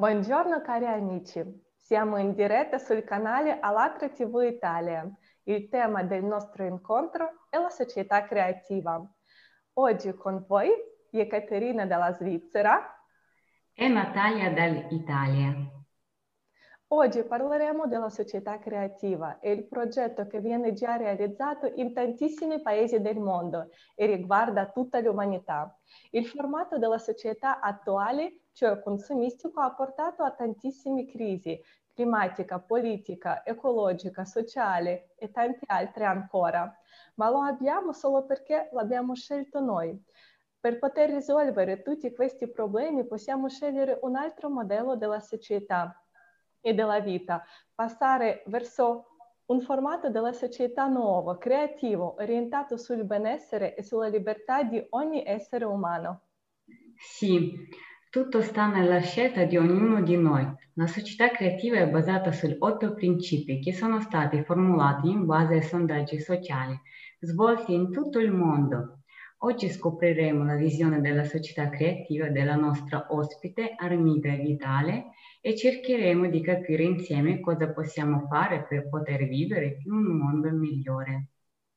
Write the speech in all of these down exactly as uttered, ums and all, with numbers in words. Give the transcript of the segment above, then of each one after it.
Buongiorno cari amici, siamo in diretta sul canale Allatra T V Italia. Il tema del nostro incontro è la società creativa. Oggi con voi Ekaterina dalla Svizzera e Natalia dall'Italia. Oggi parleremo della società creativa, è il progetto che viene già realizzato in tantissimi paesi del mondo e riguarda tutta l'umanità. Il formato della società attuale, cioè consumistico, ha portato a tantissime crisi, climatica, politica, ecologica, sociale e tante altre ancora. Ma lo abbiamo solo perché l'abbiamo scelto noi. Per poter risolvere tutti questi problemi possiamo scegliere un altro modello della società e della vita, passare verso un formato della società nuovo, creativo, orientato sul benessere e sulla libertà di ogni essere umano. Sì, tutto sta nella scelta di ognuno di noi. La società creativa è basata su otto principi che sono stati formulati in base ai sondaggi sociali svolti in tutto il mondo. Oggi scopriremo la visione della società creativa della nostra ospite Armida Vitale e cercheremo di capire insieme cosa possiamo fare per poter vivere in un mondo migliore.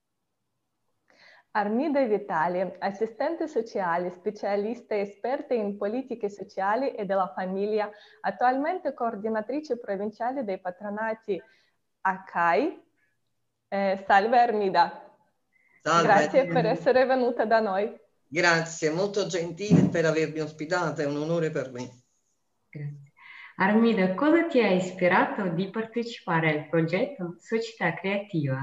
Armida Vitale, assistente sociale, specialista esperta in politiche sociali e della famiglia, attualmente coordinatrice provinciale dei patronati A C A I. Eh, salve Armida. Salve. Grazie per essere venuta da noi. Grazie, molto gentile per avermi ospitata, è un onore per me. Grazie. Armida, cosa ti ha ispirato di partecipare al progetto Società Creativa?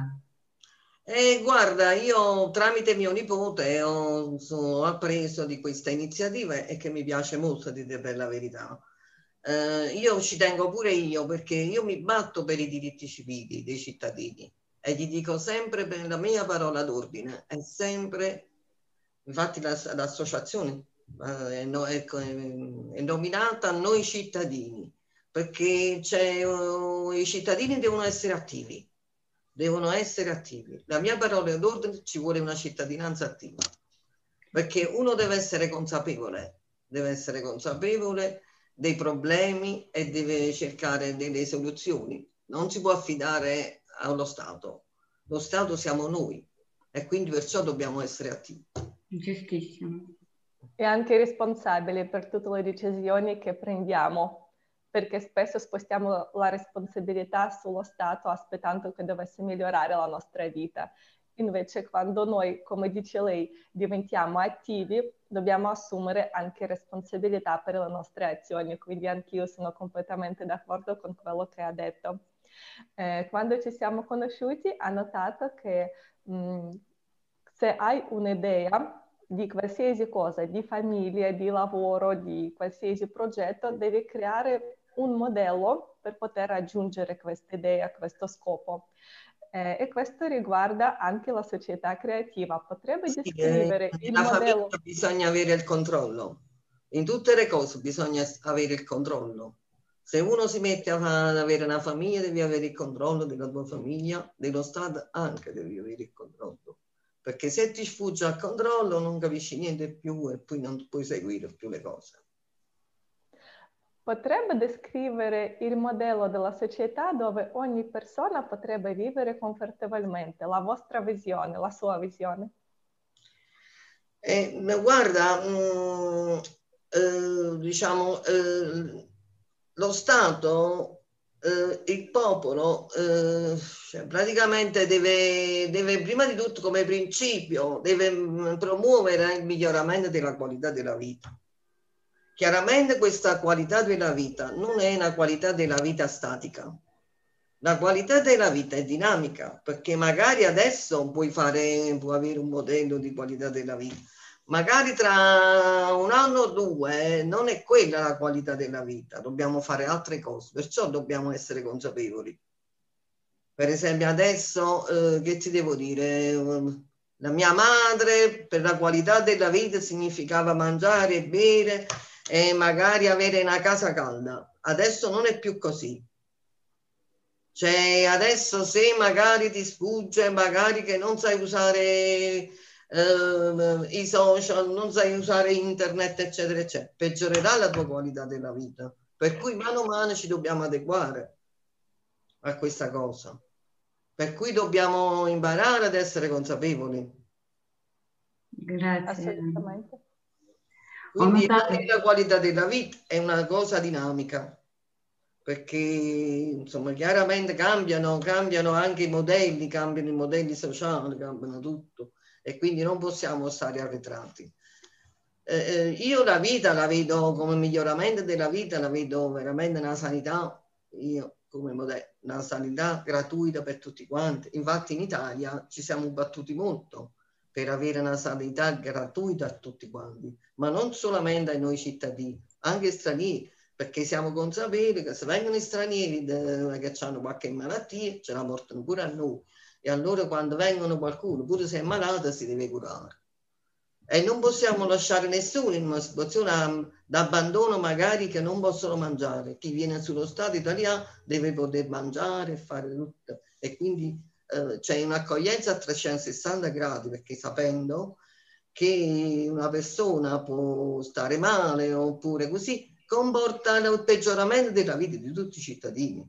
Eh, guarda, io tramite mio nipote ho, ho appreso di questa iniziativa e che mi piace molto, a dire per la verità. Eh, io ci tengo pure io perché io mi batto per i diritti civili dei cittadini e gli dico sempre, per la mia parola d'ordine, è sempre, infatti l'associazione eh, no, è, è nominata Noi Cittadini, perché c'è, uh, i cittadini devono essere attivi. Devono essere attivi. La mia parola d'ordine, ci vuole una cittadinanza attiva, perché uno deve essere consapevole, deve essere consapevole dei problemi e deve cercare delle soluzioni. Non si può affidare allo Stato. Lo Stato siamo noi e quindi perciò dobbiamo essere attivi. Giustissimo. E anche responsabili per tutte le decisioni che prendiamo, perché spesso spostiamo la responsabilità sullo Stato aspettando che dovesse migliorare la nostra vita. Invece quando noi, come dice lei, diventiamo attivi, dobbiamo assumere anche responsabilità per le nostre azioni, quindi anch'io sono completamente d'accordo con quello che ha detto. Eh, quando ci siamo conosciuti, ho notato che mh, se hai un'idea di qualsiasi cosa, di famiglia, di lavoro, di qualsiasi progetto, devi creare un modello per poter raggiungere questa idea, questo scopo. Eh, e questo riguarda anche la società creativa. Potrebbe sì, descrivere eh, il nella modello? famiglia bisogna avere il controllo. In tutte le cose bisogna avere il controllo. Se uno si mette ad avere una famiglia, devi avere il controllo della tua famiglia, dello Stato anche devi avere il controllo. Perché se ti sfugge al controllo non capisci niente più e poi non puoi seguire più le cose. Potrebbe descrivere il modello della società dove ogni persona potrebbe vivere confortevolmente, la vostra visione, la sua visione? Eh, guarda, mh, eh, diciamo, eh, lo Stato, eh, il popolo, eh, cioè praticamente deve, deve, prima di tutto come principio, deve mh, promuovere il miglioramento della qualità della vita. Chiaramente questa qualità della vita non è una qualità della vita statica. La qualità della vita è dinamica, perché magari adesso puoi, fare, puoi avere un modello di qualità della vita. Magari tra un anno o due eh, non è quella la qualità della vita, dobbiamo fare altre cose, perciò dobbiamo essere consapevoli. Per esempio adesso, eh, che ti devo dire, la mia madre per la qualità della vita significava mangiare e bere e magari avere una casa calda. Adesso non è più così. Cioè adesso se magari ti sfugge, magari che non sai usare Uh, i social, non sai usare internet, eccetera, eccetera, peggiorerà la tua qualità della vita. Per cui mano a mano ci dobbiamo adeguare a questa cosa. Per cui dobbiamo imparare ad essere consapevoli. Grazie. Assolutamente. Quindi anche la qualità della vita è una cosa dinamica, perché insomma chiaramente cambiano, cambiano anche i modelli, cambiano i modelli sociali, cambiano tutto e quindi non possiamo stare arretrati. Eh, io la vita la vedo come miglioramento della vita, la vedo veramente una sanità, io come modello, una sanità gratuita per tutti quanti. Infatti in Italia ci siamo battuti molto per avere una sanità gratuita a tutti quanti, ma non solamente a noi cittadini, anche stranieri, perché siamo consapevoli che se vengono stranieri che hanno qualche malattia, ce la portano pure a noi. E allora quando vengono qualcuno, pure se è malato, si deve curare. E non possiamo lasciare nessuno in una situazione d'abbandono magari che non possono mangiare. Chi viene sullo Stato italiano deve poter mangiare e fare tutto. E quindi eh, c'è un'accoglienza a trecentosessanta gradi, perché sapendo che una persona può stare male oppure così, comporta il peggioramento della vita di tutti i cittadini.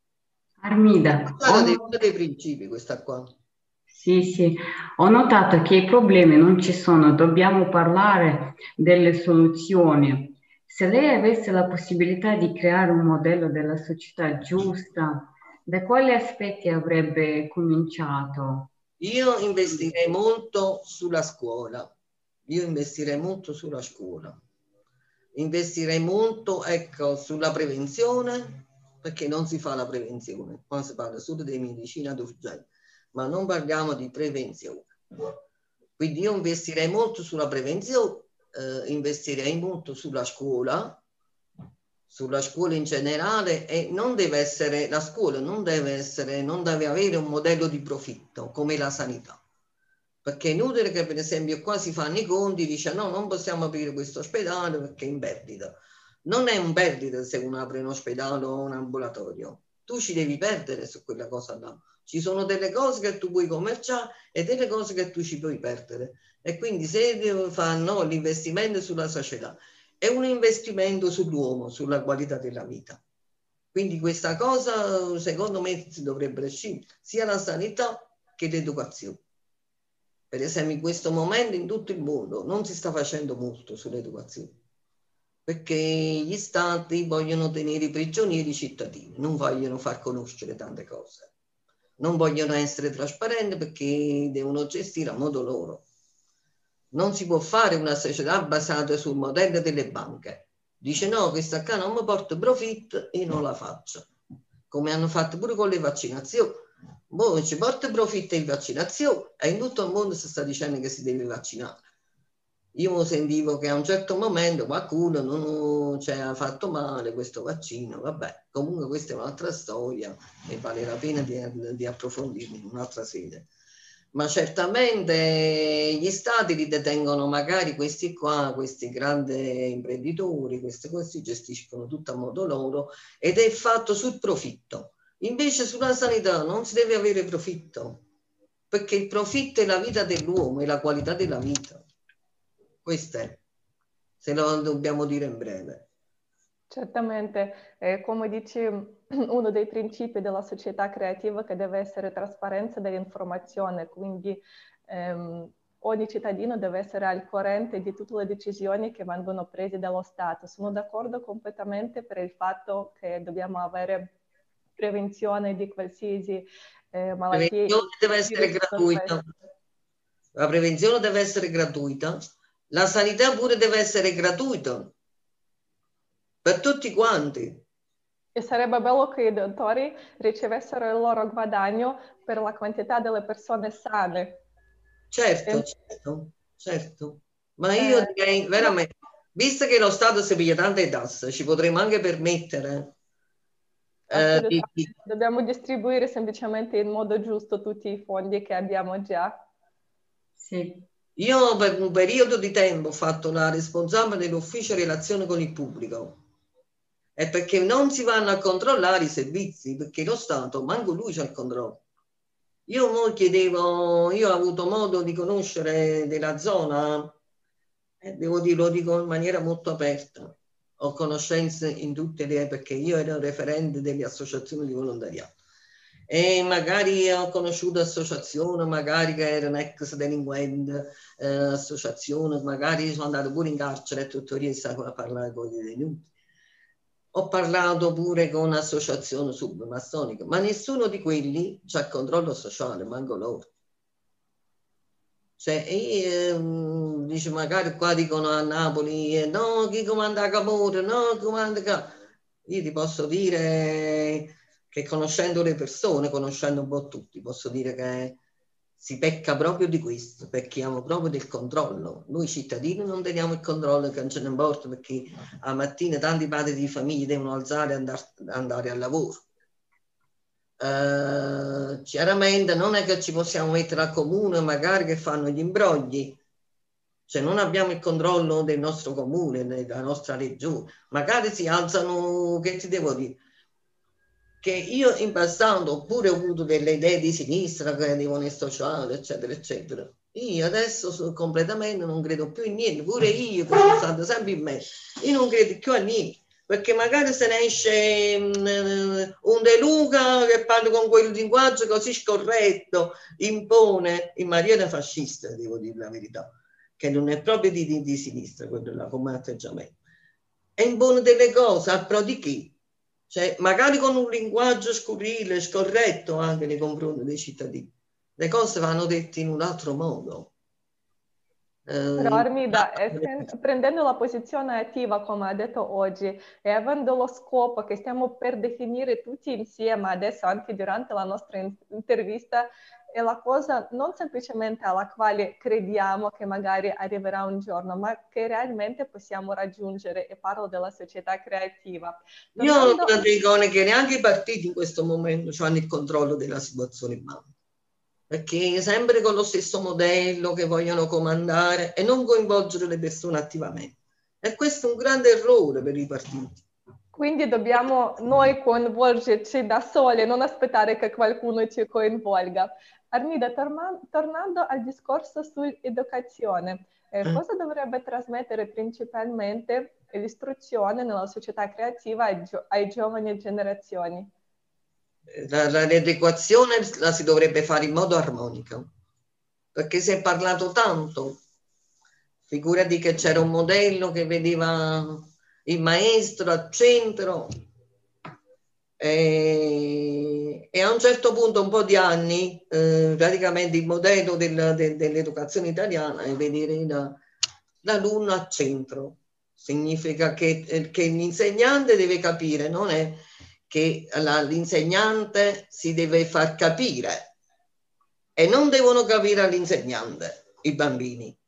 Armida, È uno dei principi questa qua. Sì, sì, ho notato che i problemi non ci sono, dobbiamo parlare delle soluzioni. Se lei avesse la possibilità di creare un modello della società giusta, da quali aspetti avrebbe cominciato? Io investirei molto sulla scuola. Io investirei molto sulla scuola. Investirei molto, ecco, sulla prevenzione, perché non si fa la prevenzione, qua si parla solo di medicina d'urgenza, ma non parliamo di prevenzione. Quindi io investirei molto sulla prevenzione, eh, investirei molto sulla scuola, sulla scuola in generale, e non deve essere, la scuola non deve essere, non deve avere un modello di profitto come la sanità. Perché è inutile che per esempio qua si fanno i conti, dice no, non possiamo aprire questo ospedale perché è in perdita. Non è un perdita se uno apre un ospedale o un ambulatorio. Tu ci devi perdere su quella cosa là. Ci sono delle cose che tu puoi commerciare e delle cose che tu ci puoi perdere. E quindi se fanno l'investimento sulla società, è un investimento sull'uomo, sulla qualità della vita. Quindi questa cosa secondo me si dovrebbe scegliere sia la sanità che l'educazione. Per esempio in questo momento in tutto il mondo non si sta facendo molto sull'educazione, perché gli stati vogliono tenere prigionieri i cittadini, non vogliono far conoscere tante cose, non vogliono essere trasparenti perché devono gestire a modo loro. Non si può fare una società basata sul modello delle banche. Dice no, questa qua non mi porta profitto e non la faccio. Come hanno fatto pure con le vaccinazioni. Boh, ci porta profitto in vaccinazione e in tutto il mondo si sta dicendo che si deve vaccinare. Io sentivo che a un certo momento qualcuno non cioè, ha fatto male questo vaccino, vabbè, comunque questa è un'altra storia e vale la pena di, di approfondirne in un'altra sede. Ma certamente gli stati li detengono magari questi qua, questi grandi imprenditori, questi questi gestiscono tutto a modo loro ed è fatto sul profitto. Invece sulla sanità non si deve avere profitto, perché il profitto è la vita dell'uomo, è la qualità della vita. Questo è, se lo dobbiamo dire in breve. Certamente, eh, come dici, uno dei principi della società creativa che deve essere trasparenza dell'informazione, quindi ehm, ogni cittadino deve essere al corrente di tutte le decisioni che vengono prese dallo Stato. Sono d'accordo completamente per il fatto che dobbiamo avere prevenzione di qualsiasi eh, malattia. La prevenzione deve essere gratuita. La prevenzione deve essere gratuita. La sanità pure deve essere gratuita per tutti quanti. E sarebbe bello che i dottori ricevessero il loro guadagno per la quantità delle persone sane. Certo, e... certo, certo. Ma io eh, direi veramente, visto che lo Stato si piglia tante tasse, ci potremmo anche permettere Eh, di, di... Dobbiamo distribuire semplicemente in modo giusto tutti i fondi che abbiamo già. Sì. Io per un periodo di tempo ho fatto la responsabile dell'ufficio relazione con il pubblico. È perché non si vanno a controllare i servizi, perché lo Stato, manco lui c'ha il controllo. Io mo chiedevo, io ho avuto modo di conoscere della zona, e devo dire, lo dico in maniera molto aperta, ho conoscenze in tutte le, perché io ero referente delle associazioni di volontariato. E magari ho conosciuto associazioni, magari che erano ex delinquenti, eh, associazioni, magari sono andato pure in carcere e tutto il resto a parlare con i detenuti. Ho parlato pure con associazioni submassoniche, ma nessuno di quelli c'ha il controllo sociale, manco loro. Cioè, e, um, dice, magari qua dicono a Napoli, eh, no, chi comanda Camorra, no, chi comanda. Io ti posso dire che conoscendo le persone, conoscendo un po' tutti, posso dire che si pecca proprio di questo, pecchiamo proprio del controllo. Noi cittadini non teniamo il controllo, che non ce ne importa, perché a mattina tanti padri di famiglia devono alzare e andare, andare al lavoro. Uh, chiaramente non è che ci possiamo mettere al comune magari che fanno gli imbrogli, cioè non abbiamo il controllo del nostro comune, della nostra regione, magari si alzano, che ti devo dire, che io in passato ho pure avuto delle idee di sinistra, credevano sociale, eccetera, eccetera. Io adesso sono completamente, non credo più in niente, pure io che sono stata sempre in me, io non credo più a niente, perché magari se ne esce um, un De Luca che parla con quel linguaggio così scorretto, impone in maniera fascista, devo dire la verità, che non è proprio di, di, di sinistra quello là come atteggiamento, e impone delle cose a pro di chi? Cioè, magari con un linguaggio scurrile, scorretto anche nei confronti dei cittadini. Le cose vanno dette in un altro modo. Però Armida, prendendo la posizione attiva, come ha detto oggi, e avendo lo scopo che stiamo per definire tutti insieme adesso, anche durante la nostra intervista, è la cosa non semplicemente alla quale crediamo che magari arriverà un giorno, ma che realmente possiamo raggiungere, e parlo della società creativa. Tornando... Io dico che neanche i partiti in questo momento hanno il controllo della situazione in mano, perché sempre con lo stesso modello che vogliono comandare e non coinvolgere le persone attivamente. E questo è un grande errore per i partiti. Quindi dobbiamo noi coinvolgerci da soli, non aspettare che qualcuno ci coinvolga. Armida, torna, tornando al discorso sull'educazione, eh, cosa dovrebbe trasmettere principalmente l'istruzione nella società creativa ai, gio ai giovani generazioni? L'educazione la si dovrebbe fare in modo armonico, perché si è parlato tanto. Figurati che c'era un modello che vedeva il maestro al centro e, e a un certo punto, un po' di anni, eh, praticamente il modello del, de, dell'educazione italiana è vedere l'alunno al centro. Significa che, che l'insegnante deve capire, non è che l'insegnante si deve far capire e non devono capire all'insegnante i bambini.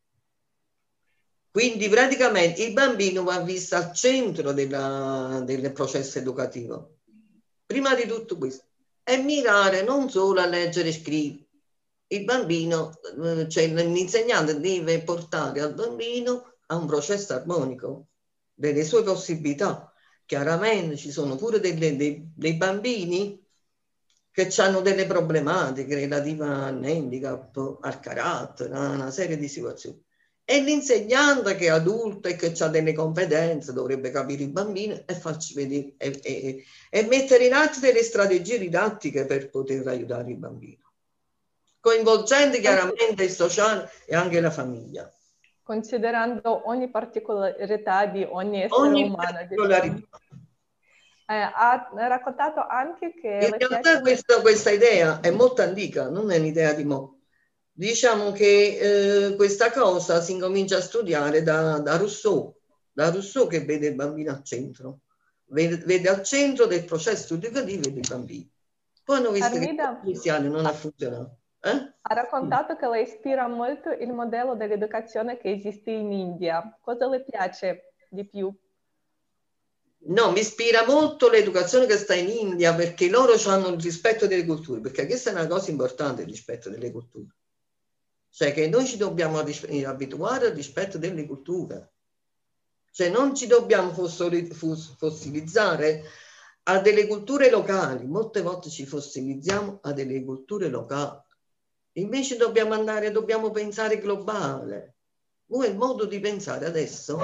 Quindi praticamente il bambino va visto al centro della, del processo educativo. Prima di tutto questo. E mirare non solo a leggere e scrivere. Il bambino, cioè l'insegnante deve portare al bambino a un processo armonico delle sue possibilità. Chiaramente ci sono pure delle, dei, dei bambini che hanno delle problematiche relative all'handicap, al carattere, a una serie di situazioni. E l'insegnante che è adulto e che ha delle competenze dovrebbe capire il bambino e farci vedere e, e, e mettere in atto delle strategie didattiche per poter aiutare il bambino, coinvolgendo chiaramente il sociale e anche la famiglia. Considerando ogni particolarità di ogni essere ogni umano. Diciamo. Eh, ha raccontato anche che... In realtà piace... questa, questa idea è molto antica, non è un'idea di mo'. Diciamo che eh, questa cosa si incomincia a studiare da, da Rousseau, da Rousseau che vede il bambino al centro, vede, vede al centro del processo educativo dei bambini. Poi hanno visto Armida, che iniziale non ha funzionato. Eh? Ha raccontato che le ispira molto il modello dell'educazione che esiste in India. Cosa le piace di più? No, mi ispira molto l'educazione che sta in India, perché loro hanno il rispetto delle culture, perché questa è una cosa importante, il rispetto delle culture. Cioè che noi ci dobbiamo abituare al rispetto delle culture. Cioè non ci dobbiamo fossilizzare a delle culture locali. Molte volte ci fossilizziamo a delle culture locali. Invece dobbiamo andare, dobbiamo pensare globale. Noi il modo di pensare adesso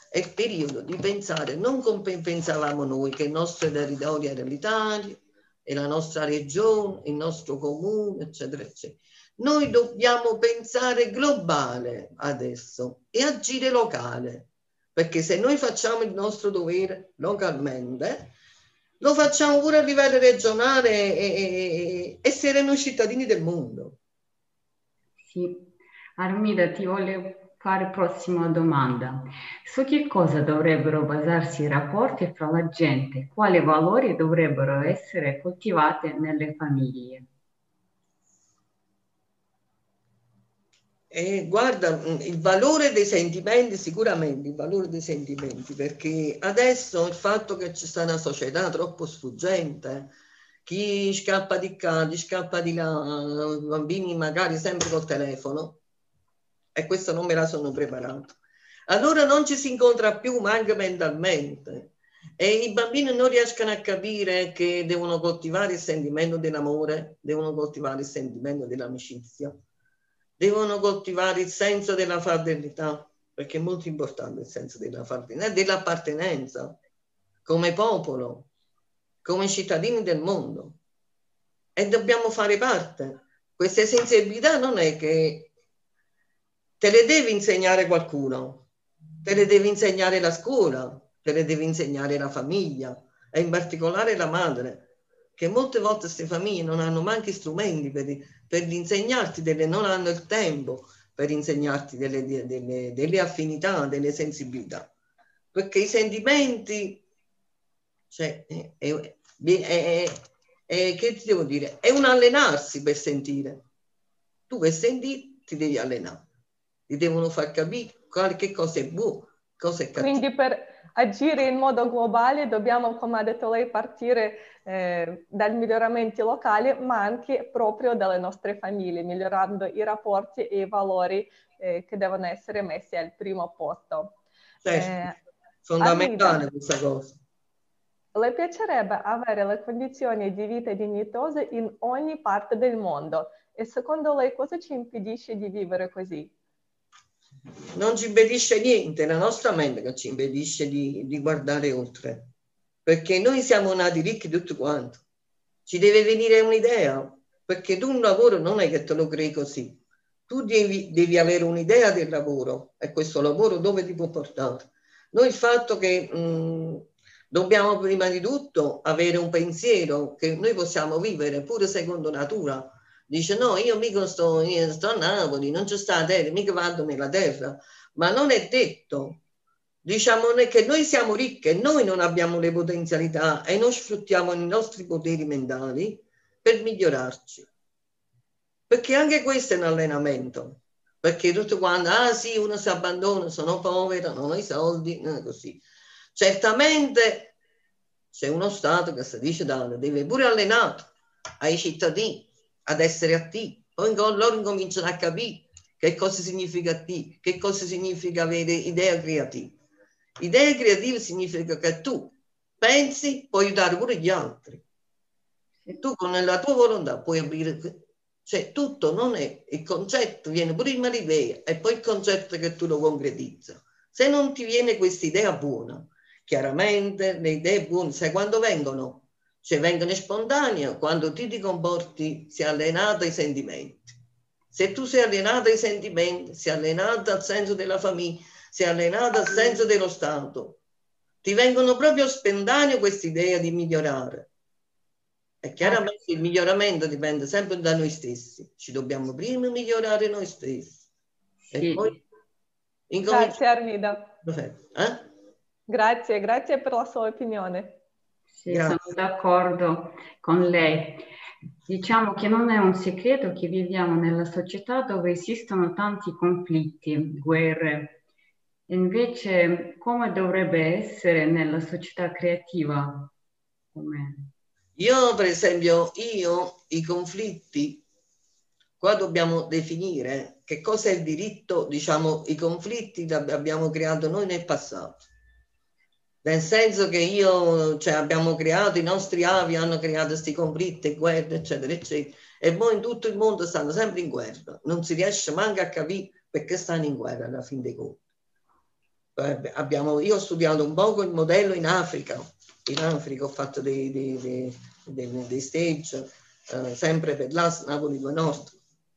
è il periodo di pensare non come pensavamo noi, che il nostro territorio era l'Italia, e la nostra regione, il nostro comune, eccetera, eccetera. Noi dobbiamo pensare globale adesso e agire locale, perché se noi facciamo il nostro dovere localmente, lo facciamo pure a livello regionale e, e, e saremo cittadini del mondo. Sì, Armida, ti voglio fare prossima domanda. Su che cosa dovrebbero basarsi i rapporti fra la gente? Quali valori dovrebbero essere coltivati nelle famiglie? E guarda, il valore dei sentimenti, sicuramente il valore dei sentimenti, perché adesso il fatto che ci sta una società troppo sfuggente, chi scappa di qua, chi scappa di là, bambini magari sempre col telefono, e questo non me la sono preparato. Allora non ci si incontra più, ma anche mentalmente. E i bambini non riescono a capire che devono coltivare il sentimento dell'amore, devono coltivare il sentimento dell'amicizia, devono coltivare il senso della fraternità, perché è molto importante il senso della fraternità, dell'appartenenza, come popolo, come cittadini del mondo. E dobbiamo fare parte. Queste sensibilità non è che te le deve insegnare qualcuno, te le deve insegnare la scuola, te le deve insegnare la famiglia, e in particolare la madre, che molte volte queste famiglie non hanno neanche strumenti per, per insegnarti, delle, non hanno il tempo per insegnarti delle, delle, delle affinità, delle sensibilità. Perché i sentimenti, cioè, è, è, è, è, che ti devo dire, è un allenarsi per sentire. Tu per sentire ti devi allenare, ti devono far capire che cosa è buono, cosa è cattivo. Quindi per agire in modo globale dobbiamo, come ha detto lei, partire eh, dai miglioramenti locali, ma anche proprio dalle nostre famiglie, migliorando i rapporti e i valori eh, che devono essere messi al primo posto. Certo, Eh, fondamentale Armida, questa cosa. le piacerebbe avere le condizioni di vita dignitose in ogni parte del mondo e secondo lei cosa ci impedisce di vivere così? Non ci impedisce niente, è la nostra mente che ci impedisce di, di guardare oltre, perché noi siamo nati ricchi tutti quanti, ci deve venire un'idea, perché tu un lavoro non è che te lo crei così, tu devi, devi avere un'idea del lavoro e questo lavoro dove ti può portare. Noi il fatto che mh, dobbiamo prima di tutto avere un pensiero che noi possiamo vivere pure secondo natura. Dice no, io mica sto, io sto a Napoli, non c'è sta la terra, mica vado nella terra, ma non è detto. Diciamo che noi siamo ricchi e noi non abbiamo le potenzialità e non sfruttiamo i nostri poteri mentali per migliorarci. Perché anche questo è un allenamento. Perché tutto quanto, ah sì, uno si abbandona, sono povera, non ho i soldi, non è così. Certamente c'è uno Stato che si dice deve pure allenare ai cittadini ad essere attivi, poi loro incominciano a capire che cosa significa attivi, che cosa significa avere idee creative. Idee creative significa che tu pensi, puoi aiutare pure gli altri. E tu con la tua volontà puoi aprire, cioè tutto non è, il concetto viene prima l'idea e poi il concetto che tu lo concretizza. Se non ti viene questa idea buona, chiaramente le idee buone, sai quando vengono? Cioè vengono spontanee quando ti ti comporti, sei allenato ai sentimenti. Se tu sei allenato ai sentimenti, sei allenato al senso della famiglia, sei allenato al senso dello Stato, ti vengono proprio spontanee queste idee di migliorare. E chiaramente il miglioramento dipende sempre da noi stessi. Ci dobbiamo prima migliorare noi stessi. Sì. E poi incominciare. Grazie Armida. Eh? Grazie, grazie per la sua opinione. Sì, sono d'accordo con lei. Diciamo che non è un segreto che viviamo nella società dove esistono tanti conflitti, guerre. Invece, come dovrebbe essere nella società creativa? Come... Io, per esempio, io i conflitti, qua dobbiamo definire che cosa è il diritto, diciamo, i conflitti li abbiamo creato noi nel passato. Nel senso che io, cioè, abbiamo creato, i nostri avi hanno creato questi conflitti, guerre, eccetera, eccetera. E poi in tutto il mondo stanno sempre in guerra. Non si riesce manco a capire perché stanno in guerra alla fin dei conti. abbiamo, io ho studiato un poco il modello in Africa, in Africa ho fatto dei, dei, dei, dei, dei stage, eh, sempre per l'A S Napoli due Nord.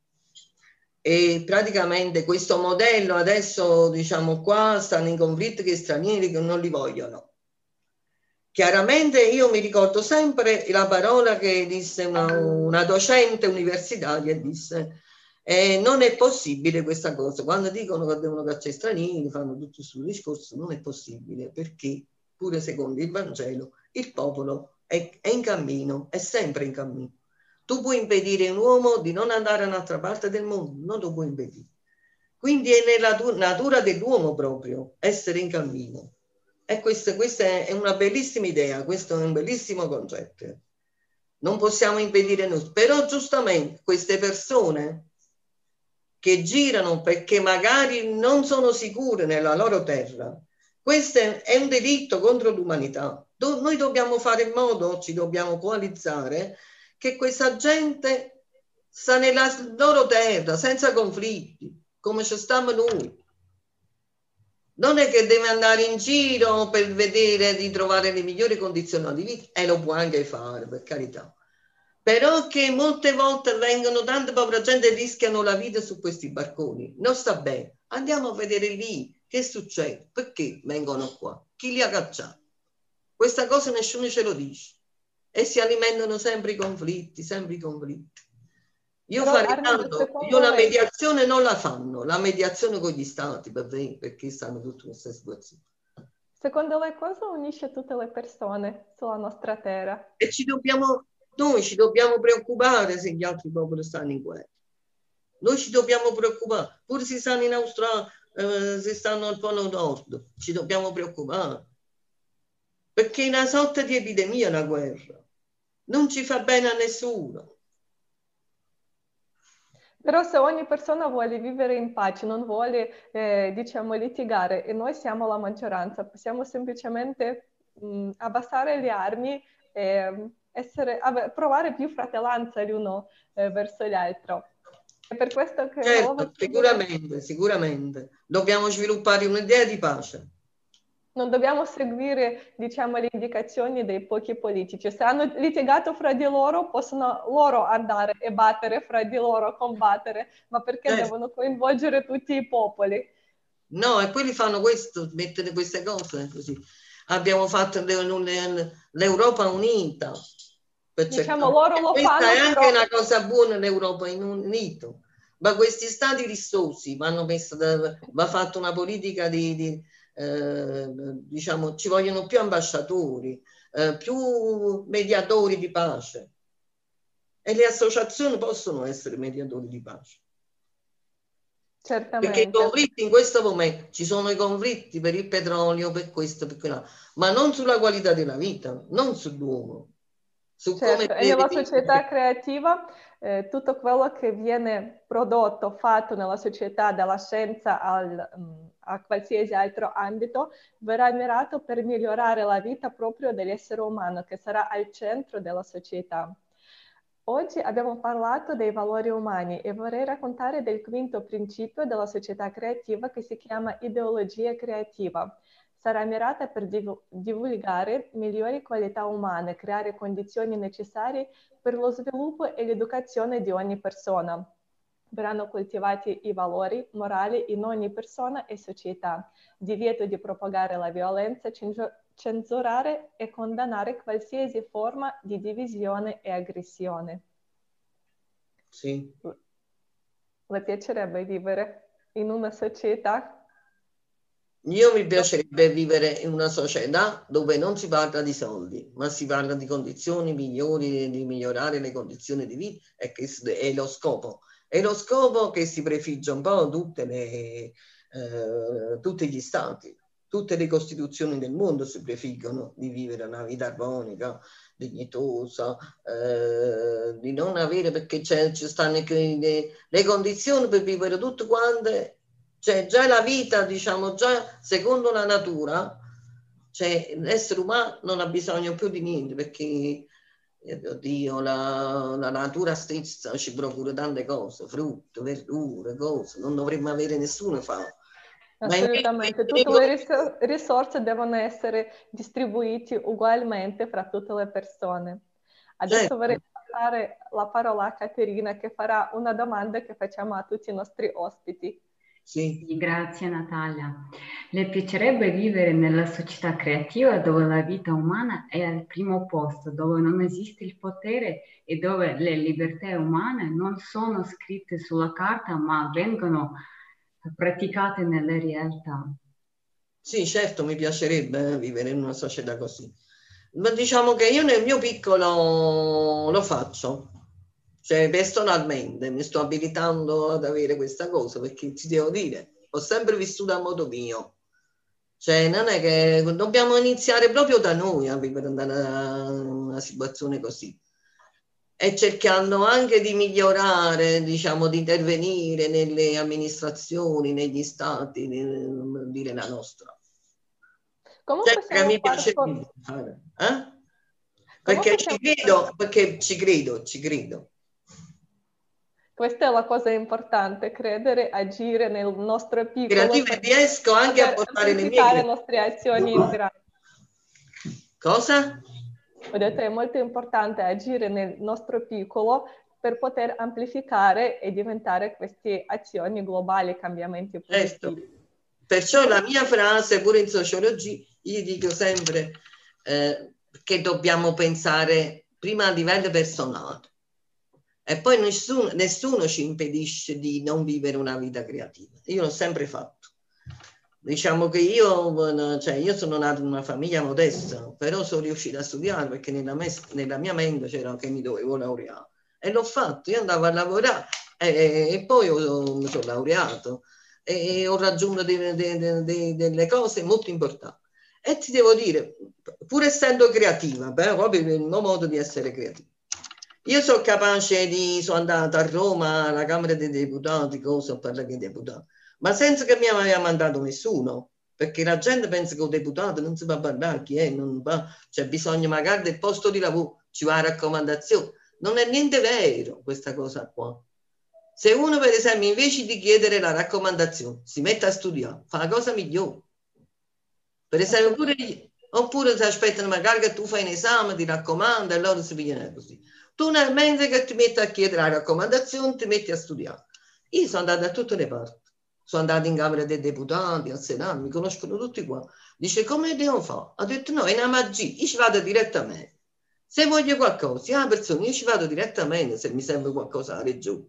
E praticamente questo modello adesso, diciamo, qua stanno in conflitto con stranieri che non li vogliono. Chiaramente io mi ricordo sempre la parola che disse una, una docente universitaria, disse eh, non è possibile questa cosa. Quando dicono che devono cacciare stranieri, fanno tutto questo discorso, non è possibile, perché pure secondo il Vangelo il popolo è, è in cammino, è sempre in cammino. Tu puoi impedire a un uomo di non andare a un'altra parte del mondo, non lo puoi impedire. Quindi è nella natura dell'uomo proprio essere in cammino. E questa, questa è una bellissima idea, questo è un bellissimo concetto. Non possiamo impedire noi, però giustamente queste persone che girano perché magari non sono sicure nella loro terra, questo è un delitto contro l'umanità. Noi dobbiamo fare in modo, ci dobbiamo coalizzare, che questa gente sta nella loro terra, senza conflitti, come ci stiamo noi. Non è che deve andare in giro per vedere di trovare le migliori condizioni di vita, e lo può anche fare, per carità. Però che molte volte vengono tante povere gente e rischiano la vita su questi barconi. Non sta bene. Andiamo a vedere lì che succede. Perché vengono qua? Chi li ha cacciati? Questa cosa nessuno ce lo dice. E si alimentano sempre i conflitti, sempre i conflitti. Io Però, farei Arnaldo, tanto, io la lei... mediazione non la fanno, la mediazione con gli stati, perché stanno tutti in questa situazione. Secondo lei cosa unisce tutte le persone sulla nostra terra? E ci dobbiamo, noi ci dobbiamo preoccupare se gli altri popoli stanno in guerra. Noi ci dobbiamo preoccupare, pure se stanno in Australia, eh, se stanno al Polo Nord, ci dobbiamo preoccupare. Perché è una sorta di epidemia la guerra. Non ci fa bene a nessuno. Però se ogni persona vuole vivere in pace, non vuole, eh, diciamo, litigare, e noi siamo la maggioranza, possiamo semplicemente mh, abbassare le armi e essere, provare più fratellanza l'uno eh, verso l'altro. È per questo che certo, chiedere... sicuramente, sicuramente. Dobbiamo sviluppare un'idea di pace. Non dobbiamo seguire, diciamo, le indicazioni dei pochi politici. Se hanno litigato fra di loro, possono loro andare e battere fra di loro, combattere, ma perché certo. devono coinvolgere tutti i popoli? No, e quelli fanno questo, mettere queste cose così. Abbiamo fatto l'Europa unita. Diciamo loro lo Questa fanno, è anche però... una cosa buona l'Europa unita. Ma questi stati rissosi vanno messo da, va fatta una politica di... di Eh, diciamo, ci vogliono più ambasciatori, eh, più mediatori di pace, e le associazioni possono essere mediatori di pace. Certamente. Perché i conflitti in questo momento, ci sono i conflitti per il petrolio, per questo, per quello, ma non sulla qualità della vita, non sull'uomo. Su certo, come e nella società creativa eh, tutto quello che viene prodotto, fatto nella società, dalla scienza al, um, a qualsiasi altro ambito, verrà mirato per migliorare la vita proprio dell'essere umano, che sarà al centro della società. Oggi abbiamo parlato dei valori umani e vorrei raccontare del quinto principio della società creativa che si chiama ideologia creativa. Sarà mirata per divulgare migliori qualità umane, creare condizioni necessarie per lo sviluppo e l'educazione di ogni persona. Verranno coltivati i valori morali in ogni persona e società, divieto di propagare la violenza, censurare e condannare qualsiasi forma di divisione e aggressione. Sì. Le piacerebbe vivere in una società? Io mi piacerebbe vivere in una società dove non si parla di soldi, ma si parla di condizioni migliori, di migliorare le condizioni di vita, e che è lo scopo. È lo scopo che si prefigge un po' tutte le, eh, tutti gli stati, tutte le costituzioni del mondo si prefiggono di vivere una vita armonica, dignitosa, eh, di non avere, perché ci stanno le, le condizioni per vivere tutte quante. Cioè già la vita, diciamo, già secondo la natura, cioè l'essere umano non ha bisogno più di niente, perché Dio, la, la natura stessa ci procura tante cose, frutta, verdure, cose, non dovremmo avere nessuna fame. Assolutamente, tutte le ris- risorse devono essere distribuite ugualmente fra tutte le persone. Adesso certo. vorrei passare la parola a Caterina che farà una domanda che facciamo a tutti i nostri ospiti. Sì. Sì, grazie Natalia. Le piacerebbe vivere nella società creativa dove la vita umana è al primo posto, dove non esiste il potere e dove le libertà umane non sono scritte sulla carta ma vengono praticate nella realtà? Sì, certo, mi piacerebbe eh, vivere in una società così. Ma diciamo che io nel mio piccolo lo faccio, cioè personalmente mi sto abilitando ad avere questa cosa, perché ti devo dire, ho sempre vissuto a modo mio. Cioè, non è che dobbiamo iniziare proprio da noi a vivere una, una situazione così. E cercando anche di migliorare, diciamo, di intervenire nelle amministrazioni, negli stati, nel, dire la nostra. Come Certo che possiamo mi far piace con- fare, eh? come Perché ci possiamo credo, perché ci credo, ci credo. Questa è la cosa importante, credere, agire nel nostro piccolo Creativa e per riesco anche a poter portare le mie amplificare le creatività. nostre azioni in grande. Cosa? Ho detto è molto importante agire nel nostro piccolo per poter amplificare e diventare queste azioni globali, cambiamenti Certo. positivi. Perciò la mia frase, pure in sociologia, io dico sempre eh, che dobbiamo pensare prima a livello personale e poi nessuno, nessuno ci impedisce di non vivere una vita creativa. Io l'ho sempre fatto. Diciamo che io, cioè io sono nata in una famiglia modesta, però sono riuscita a studiare perché nella, me, nella mia mente c'era che mi dovevo laureare. E l'ho fatto, io andavo a lavorare e, e poi ho, mi sono laureato e ho raggiunto de, de, de, delle cose molto importanti. E ti devo dire, pur essendo creativa, però proprio il mio modo di essere creativa. Io sono capace di, sono andata a Roma alla Camera dei Deputati, cosa, ho parlato con i deputati, ma senza che mi aveva mandato nessuno, perché la gente pensa che un deputato non si va a parlare, chi è, non va, c'è bisogno magari del posto di lavoro, ci va a raccomandazione. Non è niente vero questa cosa qua. Se uno, per esempio, invece di chiedere la raccomandazione, si mette a studiare, fa la cosa migliore. Per esempio, pure, oppure si aspettano magari che tu fai un esame, ti raccomanda, e loro si pigliano così. Tu nel mentre che ti metti a chiedere la raccomandazione, ti metti a studiare. Io sono andata da tutte le parti. Sono andata in Camera dei Deputati, al Senato, mi conoscono tutti qua. Dice, come devo fare? Ha detto, no, è una magia, io ci vado direttamente. Se voglio qualcosa, la persona, io ci vado direttamente se mi serve qualcosa alla regione.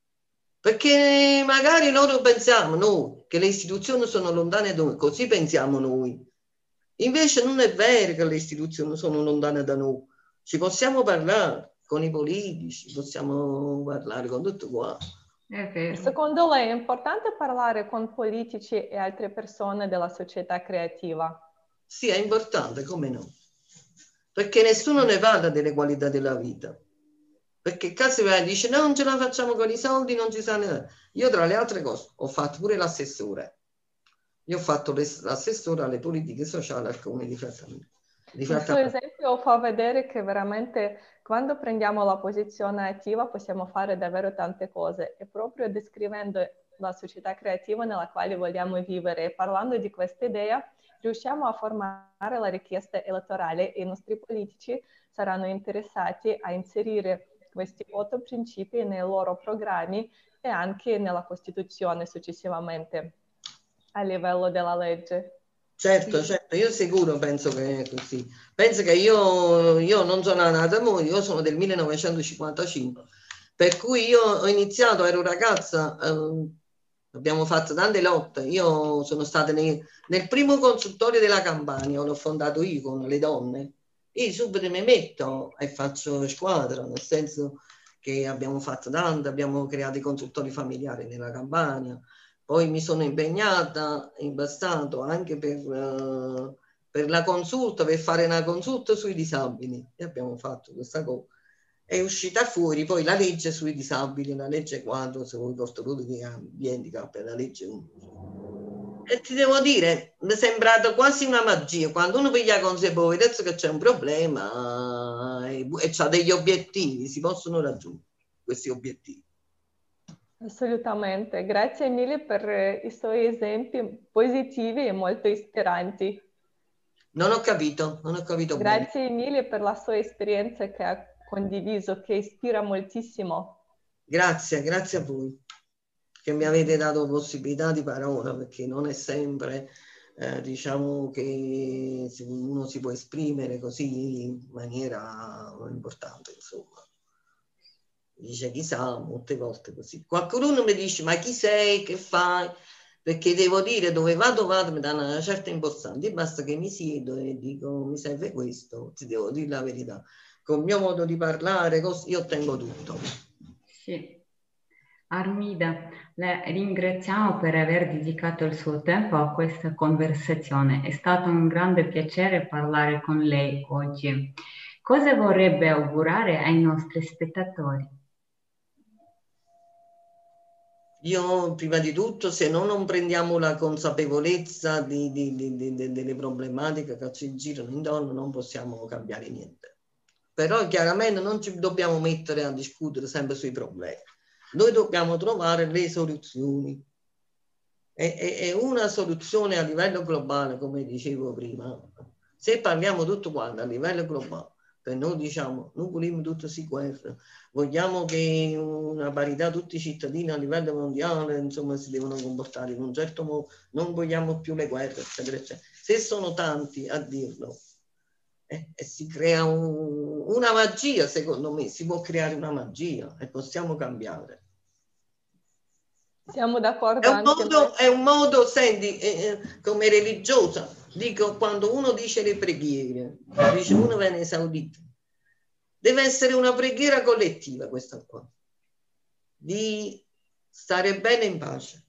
Perché magari loro pensiamo, noi, che le istituzioni sono lontane da noi, così pensiamo noi. Invece non è vero che le istituzioni sono lontane da noi. Ci possiamo parlare con i politici, possiamo parlare con tutto qua. È vero. Secondo lei è importante parlare con politici e altre persone della società creativa? Sì, è importante, come no? Perché nessuno ne parla delle qualità della vita. Perché cazzo vai e dice no, non ce la facciamo con i soldi, non ci sa niente. Io tra le altre cose ho fatto pure l'assessore. Io ho fatto l'assessore alle politiche sociali al comune di Frattamino. Il suo esempio fa vedere che veramente quando prendiamo la posizione attiva possiamo fare davvero tante cose e proprio descrivendo la società creativa nella quale vogliamo vivere e parlando di questa idea riusciamo a formare la richiesta elettorale e i nostri politici saranno interessati a inserire questi otto principi nei loro programmi e anche nella Costituzione successivamente a livello della legge. Certo, certo, io sicuro penso che è così. Penso che io, io non sono nata mo, io sono del millenovecentocinquantacinque, per cui io ho iniziato, ero ragazza, eh, abbiamo fatto tante lotte, io sono stata nei, nel primo consultorio della Campania, l'ho fondato io con le donne, io subito mi metto e faccio squadra, nel senso che abbiamo fatto tanto, abbiamo creato i consultori familiari nella Campania. Poi mi sono impegnata in passato anche per, uh, per la consulta, per fare una consulta sui disabili e abbiamo fatto questa cosa. È uscita fuori poi la legge sui disabili, la legge quadro sui portatori di handicap, la legge uno. E ti devo dire, mi è sembrato quasi una magia. Quando uno piglia consapevolezza che c'è un problema uh, e, e ha degli obiettivi, si possono raggiungere questi obiettivi. Assolutamente. Grazie mille per i suoi esempi positivi e molto ispiranti. Non ho capito, non ho capito bene. Grazie mille per la sua esperienza che ha condiviso, che ispira moltissimo. Grazie, grazie a voi che mi avete dato possibilità di parola, perché non è sempre, eh, diciamo, che uno si può esprimere così in maniera importante, insomma. Dice chissà, molte volte così. Qualcuno mi dice, ma chi sei, che fai? Perché devo dire, dove vado, vado, mi danno una certa importanza. Basta che mi siedo e dico, mi serve questo, ti devo dire la verità. Con il mio modo di parlare, così, io ottengo tutto. Sì. Armida, le ringraziamo per aver dedicato il suo tempo a questa conversazione. È stato un grande piacere parlare con lei oggi. Cosa vorrebbe augurare ai nostri spettatori? Io, prima di tutto, se no non prendiamo la consapevolezza di, di, di, di, delle problematiche che ci girano intorno, non possiamo cambiare niente. Però chiaramente non ci dobbiamo mettere a discutere sempre sui problemi. Noi dobbiamo trovare le soluzioni. E, e, e una soluzione a livello globale, come dicevo prima, se parliamo tutto quanto a livello globale, per noi diciamo, non vogliamo tutto si guerra, vogliamo che una parità tutti i cittadini a livello mondiale, insomma, si devono comportare in un certo modo, non vogliamo più le guerre, eccetera, eccetera. Se sono tanti a dirlo, eh, e si crea un, una magia, secondo me, si può creare una magia e possiamo cambiare. Siamo d'accordo È un anche modo, noi. è un modo, senti, eh, come religiosa, dico, quando uno dice le preghiere, dice uno viene esaudito, deve essere una preghiera collettiva questa qua, di stare bene in pace.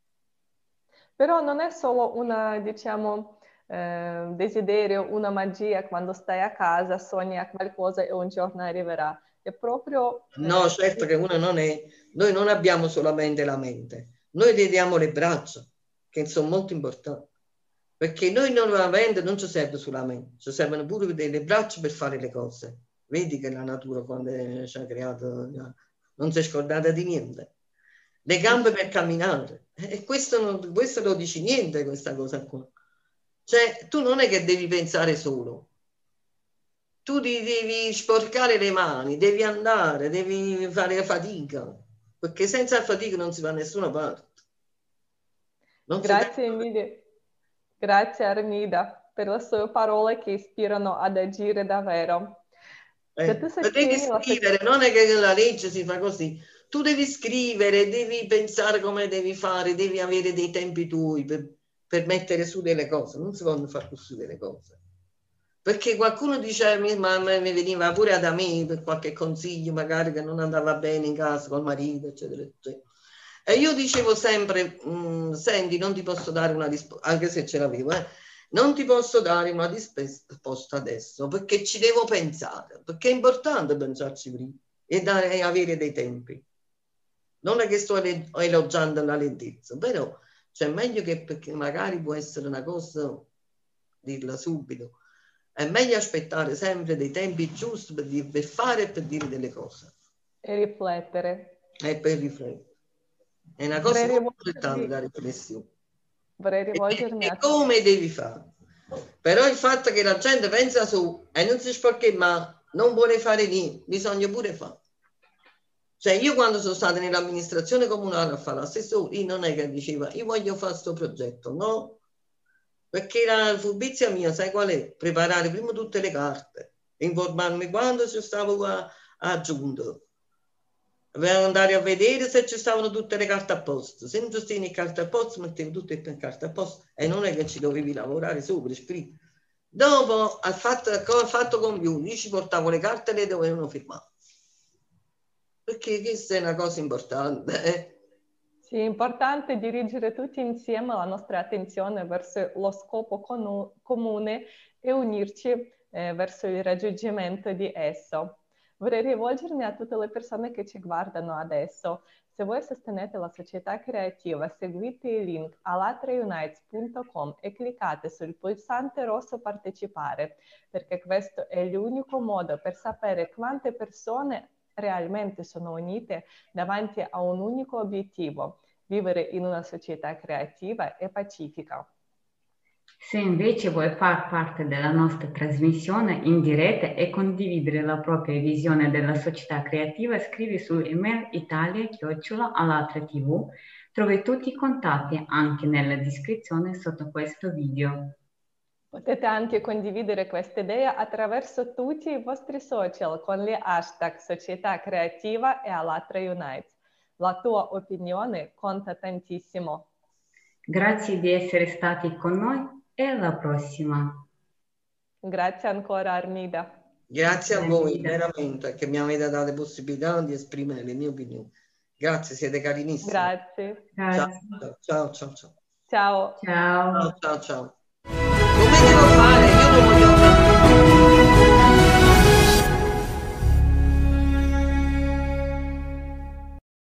Però non è solo una, diciamo, eh, desiderio, una magia quando stai a casa, sogni a qualcosa e un giorno arriverà. È proprio... No, Eh, certo che uno non è, noi non abbiamo solamente la mente, noi diamo le braccia, che sono molto importanti, perché noi normalmente non ci serve solamente, ci servono pure delle braccia per fare le cose. Vedi che la natura quando ci ha creato non si è scordata di niente. Le gambe per camminare, e questo, non, questo non dici niente, questa cosa qua. Cioè, tu non è che devi pensare solo, tu ti devi sporcare le mani, devi andare, devi fare fatica, perché senza fatica non si va da nessuna parte. Non Grazie mille, grazie Armida per le sue parole che ispirano ad agire davvero. Se tu Eh, devi sostieni la scrivere, non è che la legge si fa così. Tu devi scrivere, devi pensare come devi fare, devi avere dei tempi tuoi per, per mettere su delle cose. Non si possono fare su delle cose. Perché qualcuno diceva, ma mi veniva pure da me per qualche consiglio, magari che non andava bene in casa col marito, eccetera, eccetera. E io dicevo sempre, senti, non ti posso dare una risposta, anche se ce l'avevo, eh, non ti posso dare una risposta adesso, perché ci devo pensare, perché è importante pensarci prima e, dare, e avere dei tempi. Non è che sto elogiando la lentezza, però c'è meglio che, perché magari può essere una cosa, dirla subito, è meglio aspettare sempre dei tempi giusti per, dire, per fare e per dire delle cose. E riflettere. E per riflettere. È una cosa Vorrei molto importante la rivolgermi, riflessione. vorrei E, rivolgermi e a come devi fare? Però il fatto che la gente pensa su e non si sporca ma non vuole fare niente, bisogna pure fare. Cioè io quando sono stata nell'amministrazione comunale a fare l'assessore, io non è che diceva io voglio fare questo progetto, no? Perché la furbizia mia, sai qual è? Preparare prima tutte le carte, informarmi quando ci stavo a, a giunto, per andare a vedere se ci stavano tutte le carte a posto. Se non ci stavano le carte a posto, mettevi tutte le carte a posto e non è che ci dovevi lavorare sopra, scrivere. Dopo, al fatto, al fatto compiuto, io ci portavo le carte e le dovevano firmare. Perché questa è una cosa importante. Eh? Sì, è importante dirigere tutti insieme la nostra attenzione verso lo scopo comune e unirci eh, verso il raggiungimento di esso. Vorrei rivolgermi a tutte le persone che ci guardano adesso. Se voi sostenete la società creativa, seguite il link alatraunites punto com e cliccate sul pulsante rosso partecipare, perché questo è l'unico modo per sapere quante persone realmente sono unite davanti a un unico obiettivo: vivere in una società creativa e pacifica. Se invece vuoi far parte della nostra trasmissione in diretta e condividere la propria visione della società creativa, scrivi su email italia chiocciola alatra tv. Trovi tutti i contatti anche nella descrizione sotto questo video. Potete anche condividere questa idea attraverso tutti i vostri social con le hashtag Società Creativa e Alatra Unites. La tua opinione conta tantissimo. Grazie di essere stati con noi e alla prossima. Grazie ancora Armida. Grazie a voi veramente che mi avete dato la possibilità di esprimere le mie opinioni. Grazie, siete carinissimi. Grazie. Grazie. Ciao, ciao, ciao. Ciao. Ciao. Ciao, ciao, ciao.